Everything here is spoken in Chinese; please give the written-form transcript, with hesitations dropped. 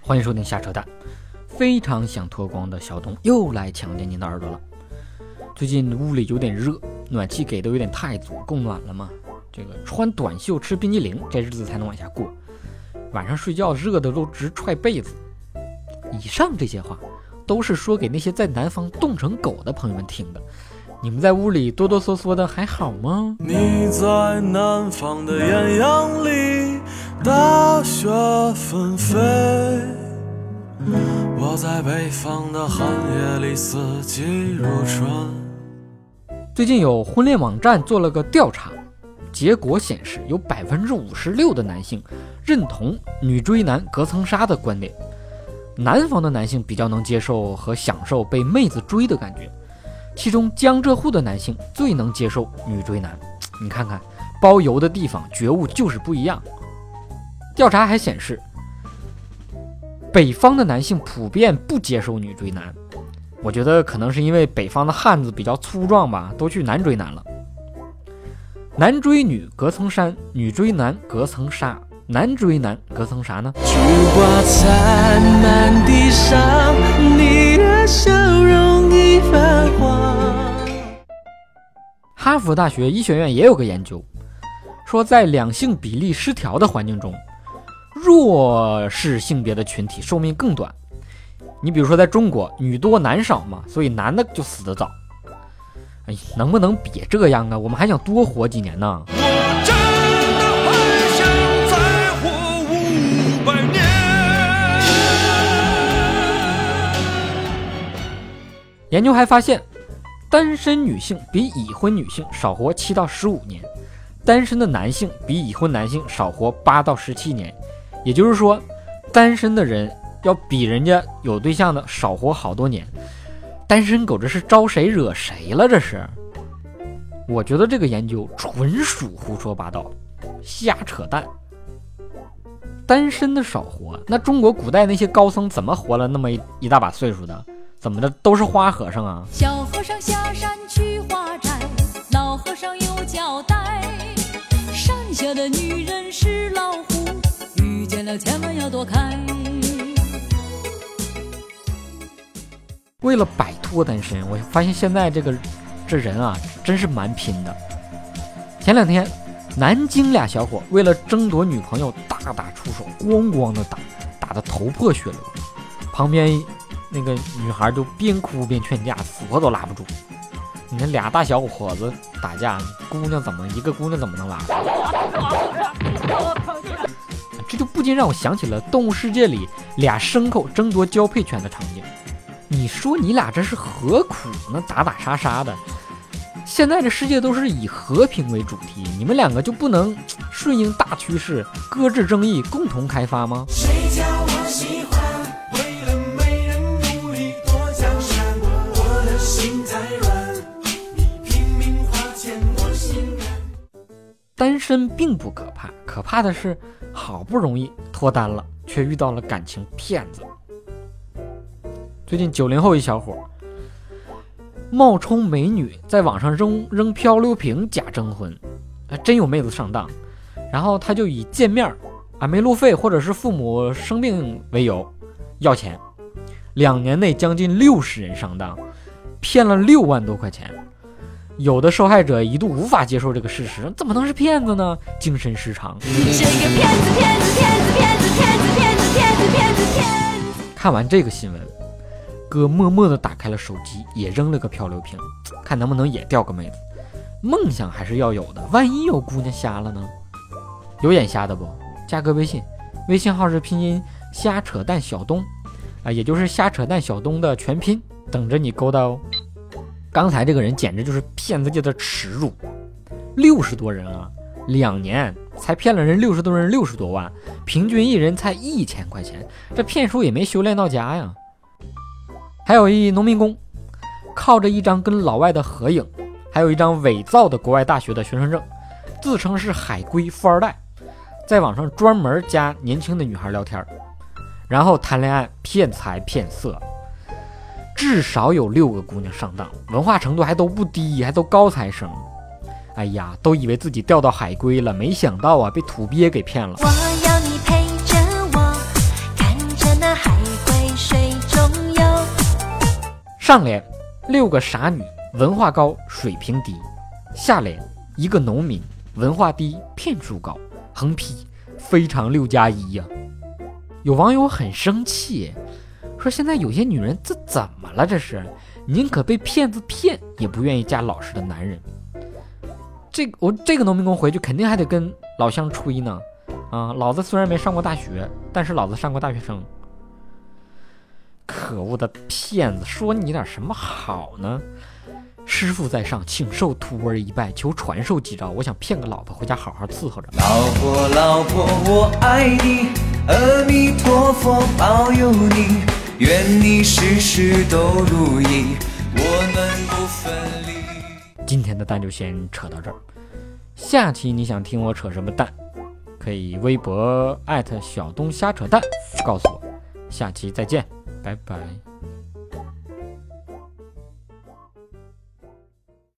欢迎收听瞎扯淡。非常想脱光的小东又来强奸您的耳朵了。最近屋里有点热，暖气给的有点太足，够暖了吗？这个穿短袖吃冰激凌，这日子才能往下过。晚上睡觉热的都直踹被子。以上这些话都是说给那些在南方冻成狗的朋友们听的。你们在屋里哆哆嗦嗦的还好吗？ 你在南方的艳阳里，大雪纷飞，我在北方的寒夜里，四季如春。 最近有婚恋网站做了个调查，结果显示有 56% 的男性认同女追男隔层纱的观点。南方的男性比较能接受和享受被妹子追的感觉，其中江浙沪的男性最能接受女追男。你看看，包邮的地方觉悟就是不一样。调查还显示，北方的男性普遍不接受女追男，我觉得可能是因为北方的汉子比较粗壮吧，都去男追男了。男追女隔层山，女追男隔层纱。男追男隔层啥呢？ 菊花残满地上，你的笑容已泛黄。 哈佛大学医学院也有个研究，说在两性比例失调的环境中，弱势性别的群体寿命更短。你比如说在中国，女多男少嘛，所以男的就死得早。哎，能不能别这样啊？我们还想多活几年呢。研究还发现，单身女性比已婚女性少活7到15年，单身的男性比已婚男性少活8到17年。也就是说，单身的人要比人家有对象的少活好多年。单身狗这是招谁惹谁了？这是，我觉得这个研究纯属胡说八道，瞎扯淡。单身的少活，那中国古代那些高僧怎么活了那么一大把岁数的？怎么的都是花和尚啊？ 小和尚下山去化斋，老和尚有交代，山下的女人是老虎，遇见了千万要躲开。 为了摆脱单身，我发现现在这人啊，真是蛮拼的。前两天，南京俩小伙为了争夺女朋友大打出手，咣咣的打得头破血流，旁边那个女孩就边哭边劝架，死活都拉不住。你看俩大小伙子打架，一个姑娘怎么能拉住？这就不禁让我想起了《动物世界》里俩牲口争夺交配权的场景。你说你俩这是何苦呢？打打杀杀的。现在这世界都是以和平为主题，你们两个就不能顺应大趋势，搁置争议，共同开发吗？ 谁叫我喜欢单身并不可怕，可怕的是好不容易脱单了，却遇到了感情骗子。最近90后一小伙冒充美女在网上扔漂流瓶假征婚，还真有妹子上当。然后他就以见面没路费或者是父母生病为由要钱，2年内将近60人上当，骗了6万多块钱。有的受害者一度无法接受这个事实，怎么能是骗子呢？精神失常。 这个骗子骗子骗子骗子骗子骗子骗子骗子骗子。 看完这个新闻，哥默默地打开了手机，也扔了个漂流瓶，看能不能也钓个妹子。梦想还是要有的，万一有姑娘瞎了呢？有眼瞎的不？加个微信，微信号是拼音瞎扯淡小东也就是瞎扯淡小东的全拼，等着你勾搭哦。刚才这个人简直就是骗子界的耻辱，60多人啊，2年才骗了人60多人60多万，平均一人才1000块钱，这骗术也没修炼到家呀。还有一农民工，靠着一张跟老外的合影，还有一张伪造的国外大学的学生证，自称是海归富二代，在网上专门加年轻的女孩聊天，然后谈恋爱骗财骗色。至少有6个姑娘上当，文化程度还都不低，还都高材生。哎呀，都以为自己钓到海龟了，没想到被土鳖给骗了。 我要你陪着我，看着那上联6个傻女，文化高，水平低。下联1个农民，文化低，骗术高。横批非常6+1呀。有网友很生气，说现在有些女人这怎么了？这是宁可被骗子骗，也不愿意嫁老实的男人。这个农民工回去肯定还得跟老乡吹呢。老子虽然没上过大学，但是老子上过大学生。可恶的骗子，说你点什么好呢？师傅在上，请受徒儿一拜，求传授几招。我想骗个老婆回家好好伺候着。 老婆老婆我爱你，阿弥陀佛保佑你，愿你事事都如意，我们不分离。 今天的蛋就先扯到这儿，下期你想听我扯什么蛋，可以微博小东瞎扯蛋告诉我。下期再见，拜拜。